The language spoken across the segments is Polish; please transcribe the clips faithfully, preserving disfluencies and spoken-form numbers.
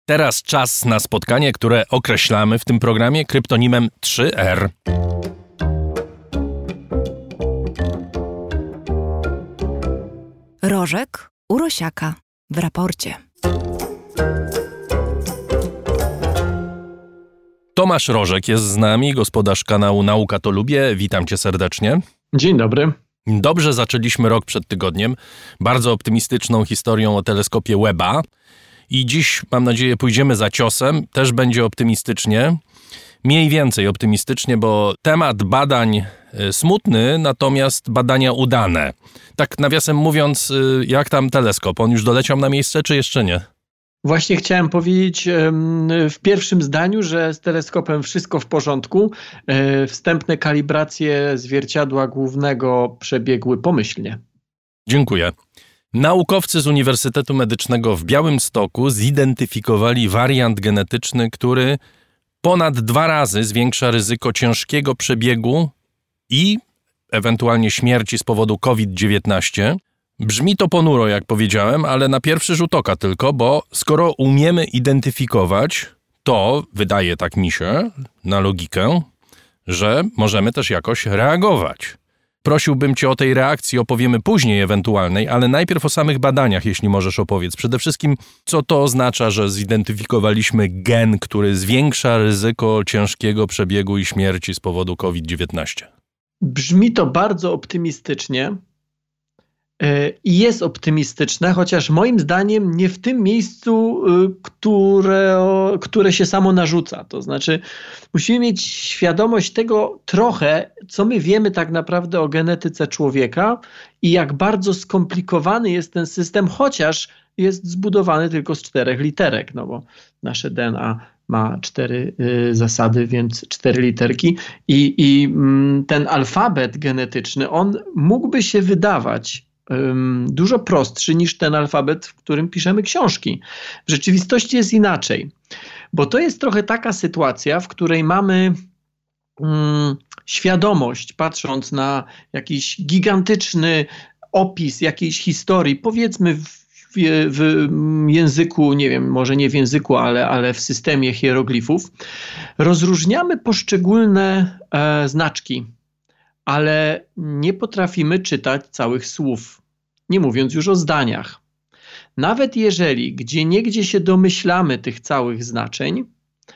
Teraz czas na spotkanie, które określamy w tym programie kryptonimem trzy R. Rożek u Rosiaka w raporcie. Tomasz Rożek jest z nami, gospodarz kanału Nauka to Lubię. Witam cię serdecznie. Dzień dobry. Dobrze zaczęliśmy rok przed tygodniem, bardzo optymistyczną historią o teleskopie Webba i dziś, mam nadzieję, pójdziemy za ciosem, też będzie optymistycznie, mniej więcej optymistycznie, bo temat badań smutny, natomiast badania udane. Tak nawiasem mówiąc, jak tam teleskop? On już doleciał na miejsce, czy jeszcze nie? Właśnie chciałem powiedzieć w pierwszym zdaniu, że z teleskopem wszystko w porządku. Wstępne kalibracje zwierciadła głównego przebiegły pomyślnie. Dziękuję. Naukowcy z Uniwersytetu Medycznego w Białymstoku zidentyfikowali wariant genetyczny, który ponad dwa razy zwiększa ryzyko ciężkiego przebiegu i ewentualnie śmierci z powodu COVID dziewiętnaście. Brzmi to ponuro, jak powiedziałem, ale na pierwszy rzut oka tylko, bo skoro umiemy identyfikować, to wydaje tak mi się, na logikę, że możemy też jakoś reagować. Prosiłbym cię o tej reakcji, opowiemy później ewentualnej, ale najpierw o samych badaniach, jeśli możesz opowiedz. Przede wszystkim, co to oznacza, że zidentyfikowaliśmy gen, który zwiększa ryzyko ciężkiego przebiegu i śmierci z powodu COVID dziewiętnaście? Brzmi to bardzo optymistycznie. I jest optymistyczne, chociaż moim zdaniem nie w tym miejscu, które, które się samo narzuca. To znaczy musimy mieć świadomość tego trochę, co my wiemy tak naprawdę o genetyce człowieka i jak bardzo skomplikowany jest ten system, chociaż jest zbudowany tylko z czterech literek, no bo nasze D N A ma cztery y, zasady, więc cztery literki i, i mm, ten alfabet genetyczny, on mógłby się wydawać dużo prostszy niż ten alfabet, w którym piszemy książki. W rzeczywistości jest inaczej, bo to jest trochę taka sytuacja, w której mamy um, świadomość, patrząc na jakiś gigantyczny opis jakiejś historii, powiedzmy w, w, w języku, nie wiem, może nie w języku, ale, ale w systemie hieroglifów, rozróżniamy poszczególne e, znaczki, ale nie potrafimy czytać całych słów, nie mówiąc już o zdaniach. Nawet jeżeli gdzieniegdzie się domyślamy tych całych znaczeń,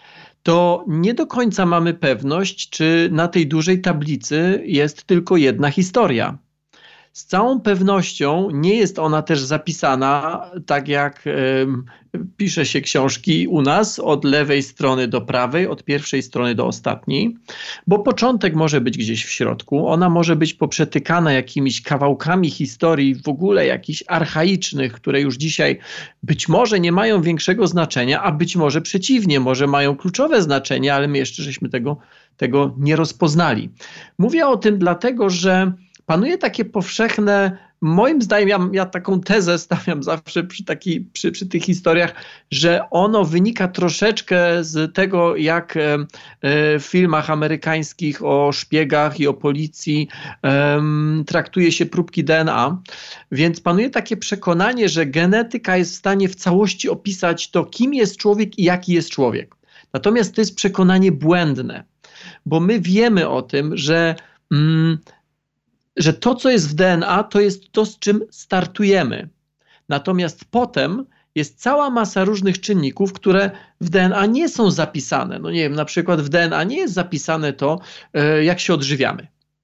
to nie do końca mamy pewność, czy na tej dużej tablicy jest tylko jedna historia. Z całą pewnością nie jest ona też zapisana tak jak y, pisze się książki u nas, od lewej strony do prawej, od pierwszej strony do ostatniej, bo początek może być gdzieś w środku, ona może być poprzetykana jakimiś kawałkami historii w ogóle jakichś archaicznych, które już dzisiaj być może nie mają większego znaczenia, a być może przeciwnie, może mają kluczowe znaczenie, ale my jeszcze żeśmy tego, tego nie rozpoznali. Mówię o tym dlatego, że panuje takie powszechne, moim zdaniem, ja, ja taką tezę stawiam zawsze przy, taki, przy, przy tych historiach, że ono wynika troszeczkę z tego, jak e, e, w filmach amerykańskich o szpiegach i o policji e, traktuje się próbki D N A. Więc panuje takie przekonanie, że genetyka jest w stanie w całości opisać to, kim jest człowiek i jaki jest człowiek. Natomiast to jest przekonanie błędne, bo my wiemy o tym, że mm, że to, co jest w D N A, to jest to, z czym startujemy. Natomiast potem jest cała masa różnych czynników, które w D N A nie są zapisane. No nie wiem, na przykład w D N A nie jest zapisane to, jak się odżywiamy.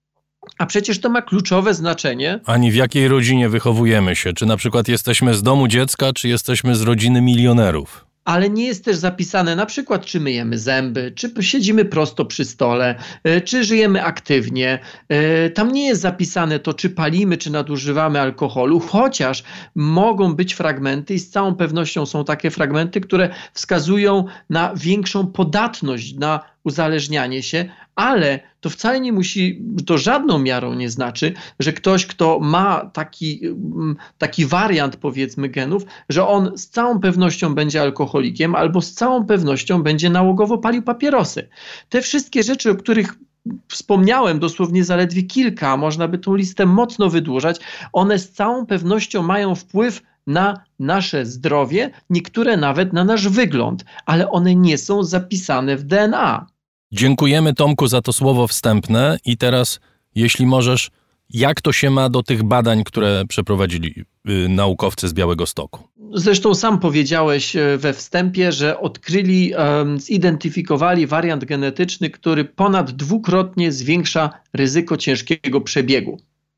A przecież to ma kluczowe znaczenie. Ani w jakiej rodzinie wychowujemy się. Czy na przykład jesteśmy z domu dziecka, czy jesteśmy z rodziny milionerów. Ale nie jest też zapisane na przykład, czy myjemy zęby, czy siedzimy prosto przy stole, czy żyjemy aktywnie. Tam nie jest zapisane to, czy palimy, czy nadużywamy alkoholu, chociaż mogą być fragmenty i z całą pewnością są takie fragmenty, które wskazują na większą podatność na uzależnianie się, ale to wcale nie musi, to żadną miarą nie znaczy, że ktoś, kto ma taki, taki wariant, powiedzmy, genów, że on z całą pewnością będzie alkoholikiem albo z całą pewnością będzie nałogowo palił papierosy. Te wszystkie rzeczy, o których wspomniałem, dosłownie zaledwie kilka, można by tą listę mocno wydłużać, one z całą pewnością mają wpływ na nasze zdrowie, niektóre nawet na nasz wygląd, ale one nie są zapisane w D N A. Dziękujemy, Tomku, za to słowo wstępne i teraz, jeśli możesz, jak to się ma do tych badań, które przeprowadzili y, naukowcy z Białegostoku? Zresztą sam powiedziałeś we wstępie, że odkryli, um, zidentyfikowali wariant genetyczny, który ponad dwukrotnie zwiększa ryzyko ciężkiego przebiegu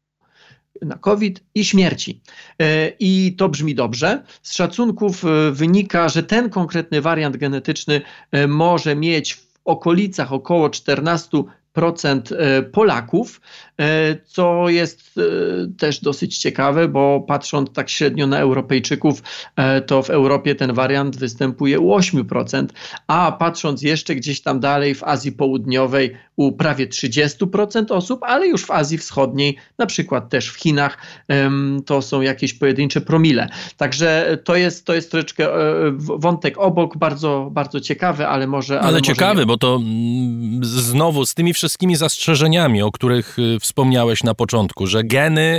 na COVID i śmierci. I to brzmi dobrze. Z szacunków wynika, że ten konkretny wariant genetyczny może mieć w okolicach około czternaście procent Polaków, co jest też dosyć ciekawe, bo patrząc tak średnio na Europejczyków, to w Europie ten wariant występuje u osiem procent, a patrząc jeszcze gdzieś tam dalej w Azji Południowej u prawie trzydzieści procent osób, ale już w Azji Wschodniej, na przykład też w Chinach, to są jakieś pojedyncze promile. Także to jest, to jest troszeczkę wątek obok, bardzo, bardzo ciekawy, ale może... Ale, ale ciekawy, może bo to znowu z tymi wszystkimi zastrzeżeniami, o których wspomniałeś na początku, że geny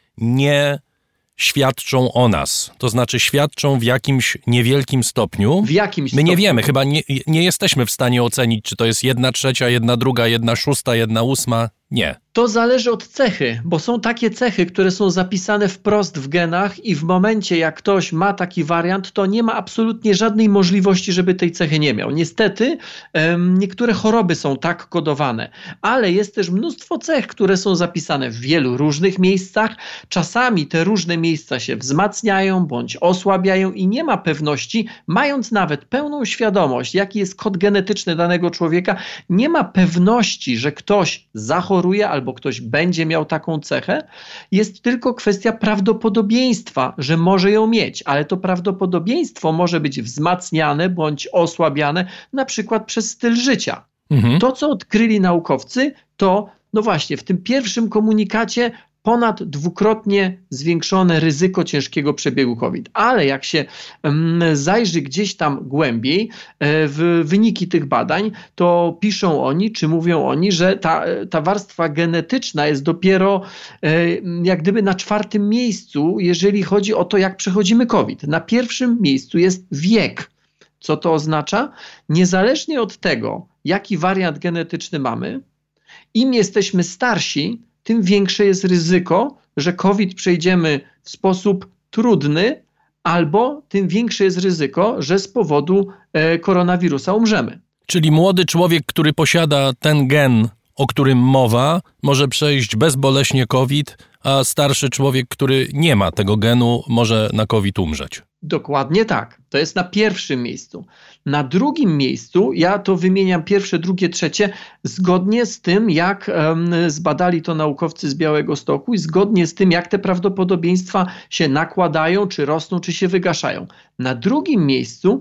nie świadczą o nas. To znaczy świadczą w jakimś niewielkim stopniu. W jakimś My nie stopniu. wiemy, chyba nie, nie jesteśmy w stanie ocenić, czy to jest jedna trzecia, jedna druga, jedna szósta, jedna ósma. Nie. To zależy od cechy, bo są takie cechy, które są zapisane wprost w genach i w momencie, jak ktoś ma taki wariant, to nie ma absolutnie żadnej możliwości, żeby tej cechy nie miał. Niestety um, niektóre choroby są tak kodowane, ale jest też mnóstwo cech, które są zapisane w wielu różnych miejscach. Czasami te różne miejsca się wzmacniają bądź osłabiają i nie ma pewności, mając nawet pełną świadomość, jaki jest kod genetyczny danego człowieka, nie ma pewności, że ktoś zachoruje albo ktoś będzie miał taką cechę, jest tylko kwestia prawdopodobieństwa, że może ją mieć, ale to prawdopodobieństwo może być wzmacniane bądź osłabiane na przykład przez styl życia. Mhm. To, co odkryli naukowcy, to no właśnie w tym pierwszym komunikacie ponad dwukrotnie zwiększone ryzyko ciężkiego przebiegu COVID. Ale jak się um, zajrzy gdzieś tam głębiej e, w wyniki tych badań, to piszą oni, czy mówią oni, że ta, ta warstwa genetyczna jest dopiero e, jak gdyby na czwartym miejscu, jeżeli chodzi o to, jak przechodzimy COVID. Na pierwszym miejscu jest wiek. Co to oznacza? Niezależnie od tego, jaki wariant genetyczny mamy, im jesteśmy starsi, tym większe jest ryzyko, że COVID przejdziemy w sposób trudny, albo tym większe jest ryzyko, że z powodu e, koronawirusa umrzemy. Czyli młody człowiek, który posiada ten gen, o którym mowa, może przejść bezboleśnie COVID, a starszy człowiek, który nie ma tego genu, może na COVID umrzeć. Dokładnie tak. To jest na pierwszym miejscu. Na drugim miejscu, ja to wymieniam pierwsze, drugie, trzecie, zgodnie z tym, jak um, zbadali to naukowcy z Białegostoku i zgodnie z tym, jak te prawdopodobieństwa się nakładają, czy rosną, czy się wygaszają. Na drugim miejscu,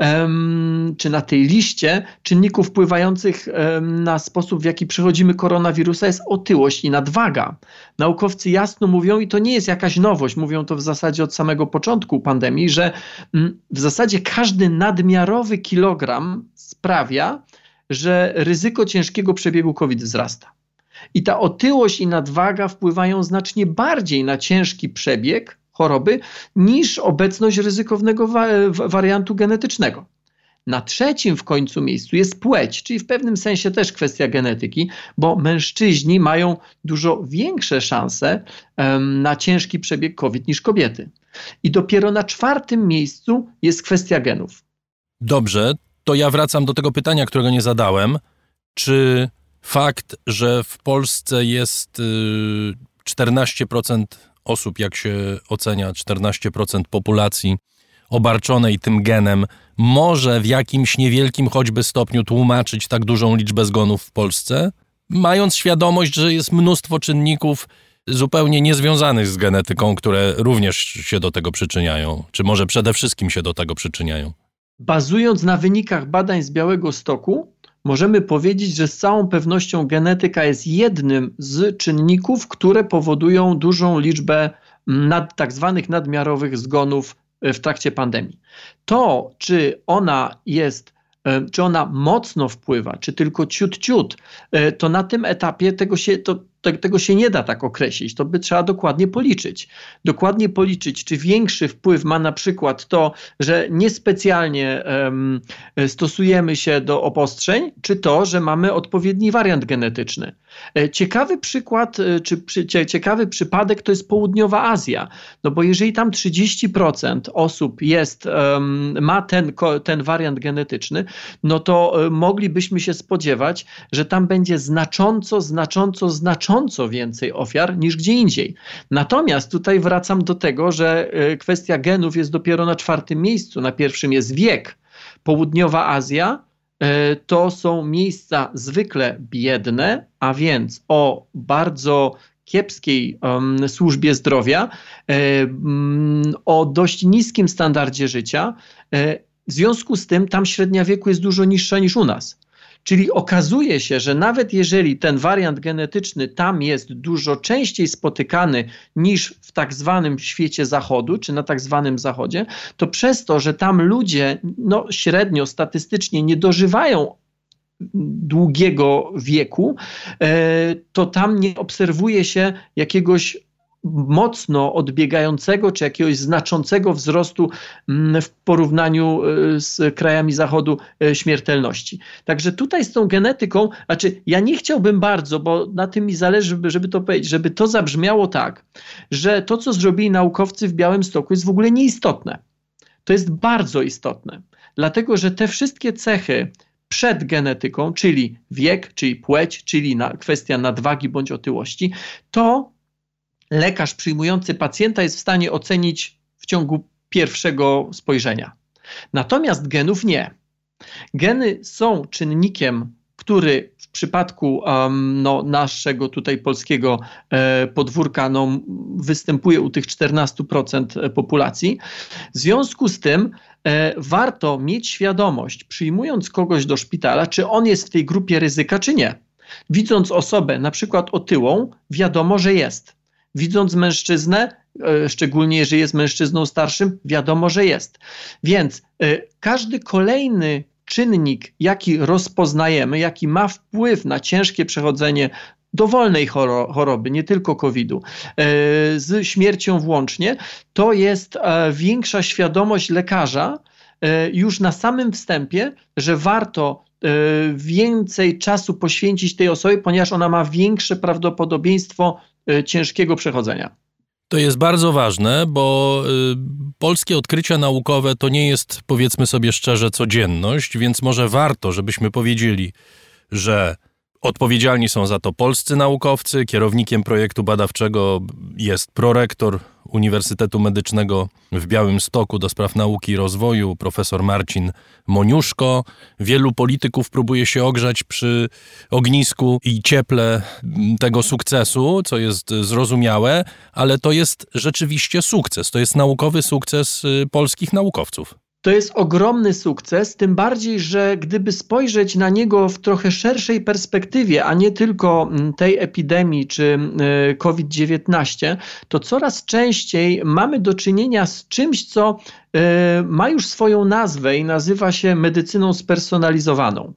um, czy na tej liście czynników wpływających um, na sposób, w jaki przechodzimy koronawirusa, jest otyłość i nadwaga. Naukowcy jasno mówią, i to nie jest jakaś nowość, mówią to w zasadzie od samego początku pandemii, że um, w zasadzie każdy nadmiarowy kilogram sprawia, że ryzyko ciężkiego przebiegu COVID wzrasta. I ta otyłość i nadwaga wpływają znacznie bardziej na ciężki przebieg choroby niż obecność ryzykownego wa- wariantu genetycznego. Na trzecim w końcu miejscu jest płeć, czyli w pewnym sensie też kwestia genetyki, bo mężczyźni mają dużo większe szanse um, na ciężki przebieg COVID niż kobiety. I dopiero na czwartym miejscu jest kwestia genów. Dobrze, to ja wracam do tego pytania, którego nie zadałem. Czy fakt, że w Polsce jest y, czternaście procent osób, jak się ocenia, czternaście procent populacji obarczonej tym genem, może w jakimś niewielkim choćby stopniu tłumaczyć tak dużą liczbę zgonów w Polsce? Mając świadomość, że jest mnóstwo czynników zupełnie niezwiązanych z genetyką, które również się do tego przyczyniają, czy może przede wszystkim się do tego przyczyniają. Bazując na wynikach badań z Białegostoku, możemy powiedzieć, że z całą pewnością genetyka jest jednym z czynników, które powodują dużą liczbę nad, tak zwanych nadmiarowych zgonów w trakcie pandemii. To, czy ona jest, czy ona mocno wpływa, czy tylko ciut, ciut, to na tym etapie tego się, to te, tego się nie da tak określić, to by trzeba dokładnie policzyć. Dokładnie policzyć, czy większy wpływ ma na przykład to, że niespecjalnie um, stosujemy się do obostrzeń, czy to, że mamy odpowiedni wariant genetyczny. Ciekawy przykład, czy przy, ciekawy przypadek to jest Południowa Azja, no bo jeżeli tam trzydzieści procent osób jest, um, ma ten, ten wariant genetyczny, no to moglibyśmy się spodziewać, że tam będzie znacząco, znacząco, znacząco więcej ofiar niż gdzie indziej. Natomiast tutaj wracam do tego, że kwestia genów jest dopiero na czwartym miejscu, na pierwszym jest wiek. Południowa Azja to są miejsca zwykle biedne, a więc o bardzo kiepskiej um, służbie zdrowia, um, o dość niskim standardzie życia. W związku z tym tam średnia wieku jest dużo niższa niż u nas. Czyli okazuje się, że nawet jeżeli ten wariant genetyczny tam jest dużo częściej spotykany niż w tak zwanym świecie zachodu, czy na tak zwanym zachodzie, to przez to, że tam ludzie no, średnio statystycznie nie dożywają długiego wieku, to tam nie obserwuje się jakiegoś mocno odbiegającego czy jakiegoś znaczącego wzrostu w porównaniu z krajami Zachodu śmiertelności. Także tutaj z tą genetyką, znaczy ja nie chciałbym bardzo, bo na tym mi zależy, żeby to powiedzieć, żeby to zabrzmiało tak, że to, co zrobili naukowcy w Białymstoku jest w ogóle nieistotne. To jest bardzo istotne, dlatego że te wszystkie cechy przed genetyką, czyli wiek, czyli płeć, czyli na, kwestia nadwagi bądź otyłości, to lekarz przyjmujący pacjenta jest w stanie ocenić w ciągu pierwszego spojrzenia. Natomiast genów nie. Geny są czynnikiem, który w przypadku um, no, naszego tutaj polskiego e, podwórka no, występuje u tych czternastu procent populacji. W związku z tym e, warto mieć świadomość, przyjmując kogoś do szpitala, czy on jest w tej grupie ryzyka, czy nie. Widząc osobę na przykład otyłą, wiadomo, że jest. Widząc mężczyznę, szczególnie jeżeli jest mężczyzną starszym, wiadomo, że jest. Więc każdy kolejny czynnik, jaki rozpoznajemy, jaki ma wpływ na ciężkie przechodzenie dowolnej choroby, nie tylko kowida, z śmiercią włącznie, to jest większa świadomość lekarza już na samym wstępie, że warto więcej czasu poświęcić tej osobie, ponieważ ona ma większe prawdopodobieństwo ciężkiego przechodzenia. To jest bardzo ważne, bo y, polskie odkrycia naukowe to nie jest, powiedzmy sobie szczerze, codzienność, więc może warto, żebyśmy powiedzieli, że odpowiedzialni są za to polscy naukowcy. Kierownikiem projektu badawczego jest prorektor Uniwersytetu Medycznego w Białymstoku do spraw nauki i rozwoju, profesor Marcin Moniuszko. Wielu polityków próbuje się ogrzać przy ognisku i cieple tego sukcesu, co jest zrozumiałe, ale to jest rzeczywiście sukces. To jest naukowy sukces polskich naukowców. To jest ogromny sukces, tym bardziej, że gdyby spojrzeć na niego w trochę szerszej perspektywie, a nie tylko tej epidemii czy kowid dziewiętnaście, to coraz częściej mamy do czynienia z czymś, co ma już swoją nazwę i nazywa się medycyną spersonalizowaną.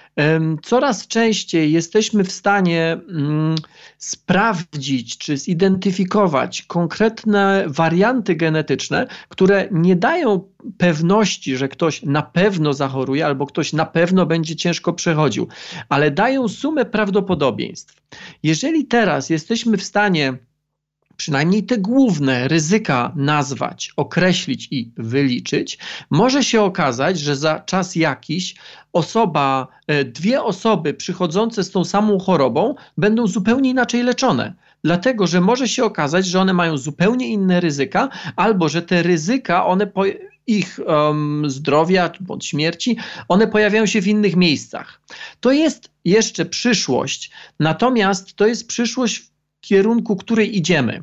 Coraz częściej jesteśmy w stanie mm, sprawdzić czy zidentyfikować konkretne warianty genetyczne, które nie dają pewności, że ktoś na pewno zachoruje albo ktoś na pewno będzie ciężko przechodził, ale dają sumę prawdopodobieństw. Jeżeli teraz jesteśmy w stanie przynajmniej te główne ryzyka nazwać, określić i wyliczyć, może się okazać, że za czas jakiś osoba, dwie osoby przychodzące z tą samą chorobą będą zupełnie inaczej leczone. Dlatego, że może się okazać, że one mają zupełnie inne ryzyka, albo że te ryzyka, one po ich um, zdrowia bądź śmierci, one pojawiają się w innych miejscach. To jest jeszcze przyszłość, natomiast to jest przyszłość w kierunku, której idziemy.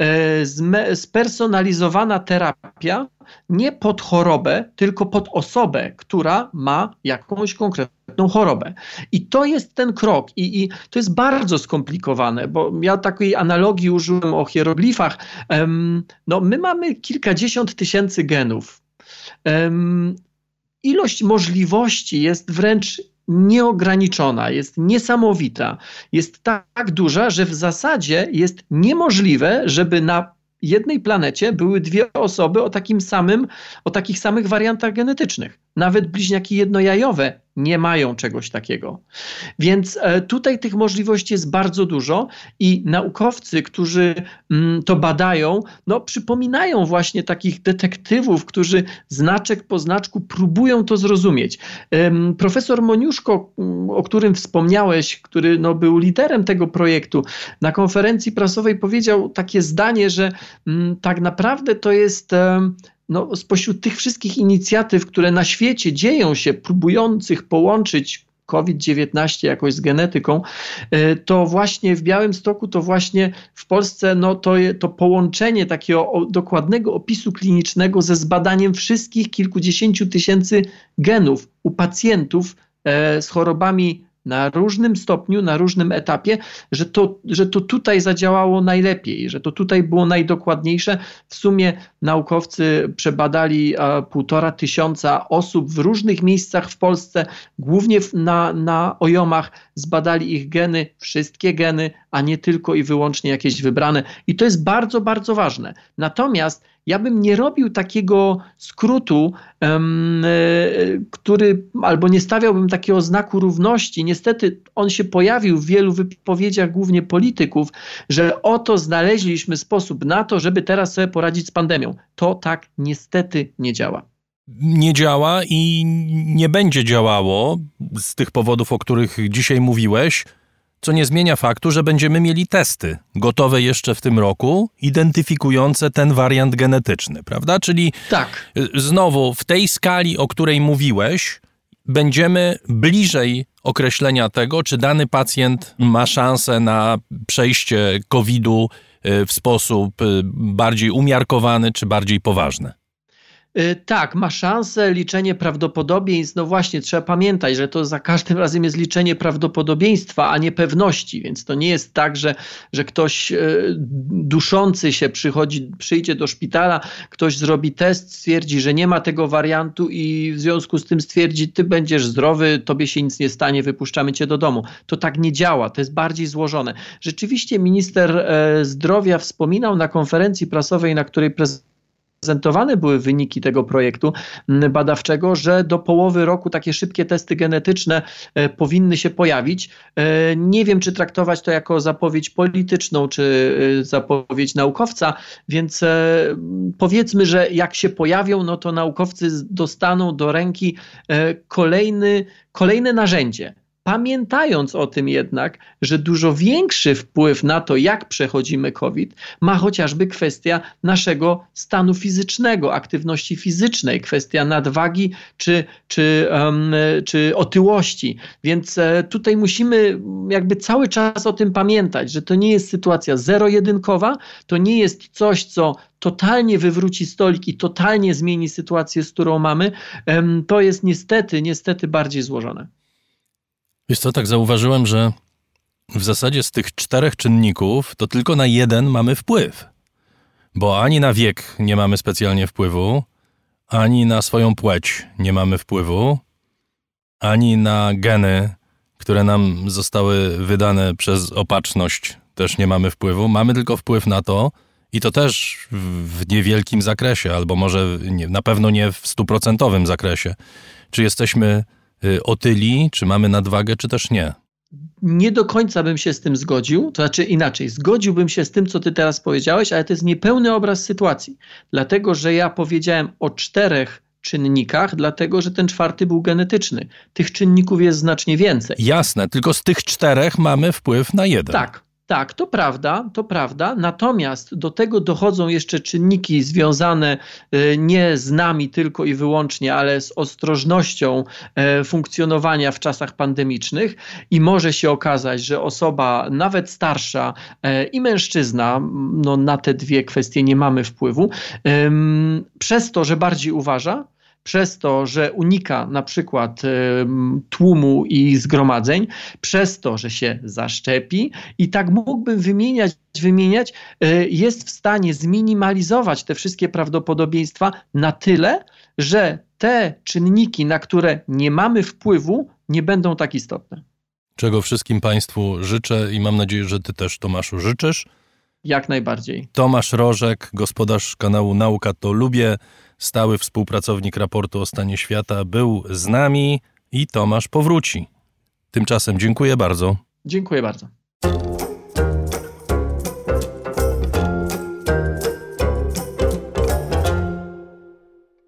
Spersonalizowana terapia nie pod chorobę, tylko pod osobę, która ma jakąś konkretną chorobę. I to jest ten krok. I, i to jest bardzo skomplikowane, bo ja takiej analogii użyłem o hieroglifach. Um, no, my mamy kilkadziesiąt tysięcy genów. Um, ilość możliwości jest wręcz nieograniczona, jest niesamowita, jest tak duża, że w zasadzie jest niemożliwe, żeby na jednej planecie były dwie osoby o takim samym, o takich samych wariantach genetycznych. Nawet bliźniaki jednojajowe nie mają czegoś takiego. Więc tutaj tych możliwości jest bardzo dużo i naukowcy, którzy to badają, no przypominają właśnie takich detektywów, którzy znaczek po znaczku próbują to zrozumieć. Profesor Moniuszko, o którym wspomniałeś, który no był liderem tego projektu, na konferencji prasowej powiedział takie zdanie, że tak naprawdę to jest no, spośród tych wszystkich inicjatyw, które na świecie dzieją się, próbujących połączyć COVID dziewiętnaście jakoś z genetyką, to właśnie w Białymstoku, to właśnie w Polsce no, to, to połączenie takiego dokładnego opisu klinicznego ze zbadaniem wszystkich kilkudziesięciu tysięcy genów u pacjentów z chorobami na różnym stopniu, na różnym etapie, że to, że to tutaj zadziałało najlepiej, że to tutaj było najdokładniejsze. W sumie naukowcy przebadali a, półtora tysiąca osób w różnych miejscach w Polsce, głównie w, na, na ojomach, zbadali ich geny, wszystkie geny, a nie tylko i wyłącznie jakieś wybrane. I to jest bardzo, bardzo ważne. Natomiast ja bym nie robił takiego skrótu, um, y, który, albo nie stawiałbym takiego znaku równości. Niestety on się pojawił w wielu wypowiedziach, głównie polityków, że oto znaleźliśmy sposób na to, żeby teraz sobie poradzić z pandemią. To tak niestety nie działa. Nie działa i nie będzie działało z tych powodów, o których dzisiaj mówiłeś, co nie zmienia faktu, że będziemy mieli testy gotowe jeszcze w tym roku, identyfikujące ten wariant genetyczny, prawda? Czyli tak. Znowu w tej skali, o której mówiłeś, będziemy bliżej określenia tego, czy dany pacjent ma szansę na przejście kowida w sposób bardziej umiarkowany, czy bardziej poważny. Tak, ma szansę, liczenie prawdopodobieństw, no właśnie trzeba pamiętać, że to za każdym razem jest liczenie prawdopodobieństwa, a nie pewności, więc to nie jest tak, że, że ktoś duszący się przychodzi, przyjdzie do szpitala, ktoś zrobi test, stwierdzi, że nie ma tego wariantu i w związku z tym stwierdzi, ty będziesz zdrowy, tobie się nic nie stanie, wypuszczamy cię do domu. To tak nie działa, to jest bardziej złożone. Rzeczywiście minister zdrowia wspominał na konferencji prasowej, na której prezydent prezentowane były wyniki tego projektu badawczego, że do połowy roku takie szybkie testy genetyczne e, powinny się pojawić. E, nie wiem, czy traktować to jako zapowiedź polityczną, czy e, zapowiedź naukowca, więc e, powiedzmy, że jak się pojawią, no to naukowcy dostaną do ręki e, kolejny, kolejne narzędzie. Pamiętając o tym jednak, że dużo większy wpływ na to, jak przechodzimy COVID, ma chociażby kwestia naszego stanu fizycznego, aktywności fizycznej, kwestia nadwagi czy, czy, um, czy otyłości. Więc e, tutaj musimy jakby cały czas o tym pamiętać, że to nie jest sytuacja zero-jedynkowa, to nie jest coś, co totalnie wywróci stolik i totalnie zmieni sytuację, z którą mamy. Um, to jest niestety, niestety bardziej złożone. Wiesz co, tak zauważyłem, że w zasadzie z tych czterech czynników to tylko na jeden mamy wpływ. Bo ani na wiek nie mamy specjalnie wpływu, ani na swoją płeć nie mamy wpływu, ani na geny, które nam zostały wydane przez opatrzność, też nie mamy wpływu. Mamy tylko wpływ na to, i to też w niewielkim zakresie, albo może nie, na pewno nie w stuprocentowym zakresie, czy jesteśmy otyli, czy mamy nadwagę, czy też nie. Nie do końca bym się z tym zgodził, to znaczy inaczej, zgodziłbym się z tym, co ty teraz powiedziałeś, ale to jest niepełny obraz sytuacji, dlatego, że ja powiedziałem o czterech czynnikach, dlatego, że ten czwarty był genetyczny. Tych czynników jest znacznie więcej. Jasne, tylko z tych czterech mamy wpływ na jeden. Tak. Tak, to prawda, to prawda. Natomiast do tego dochodzą jeszcze czynniki związane nie z nami tylko i wyłącznie, ale z ostrożnością funkcjonowania w czasach pandemicznych i może się okazać, że osoba nawet starsza i mężczyzna, no na te dwie kwestie nie mamy wpływu, przez to, że bardziej uważa, przez to, że unika na przykład y, tłumu i zgromadzeń, przez to, że się zaszczepi i tak mógłbym wymieniać, wymieniać, y, jest w stanie zminimalizować te wszystkie prawdopodobieństwa na tyle, że te czynniki, na które nie mamy wpływu, nie będą tak istotne. Czego wszystkim Państwu życzę i mam nadzieję, że Ty też, Tomaszu, życzysz. Jak najbardziej. Tomasz Rożek, gospodarz kanału Nauka to Lubię, stały współpracownik raportu o stanie świata, był z nami i Tomasz powróci. Tymczasem dziękuję bardzo. Dziękuję bardzo.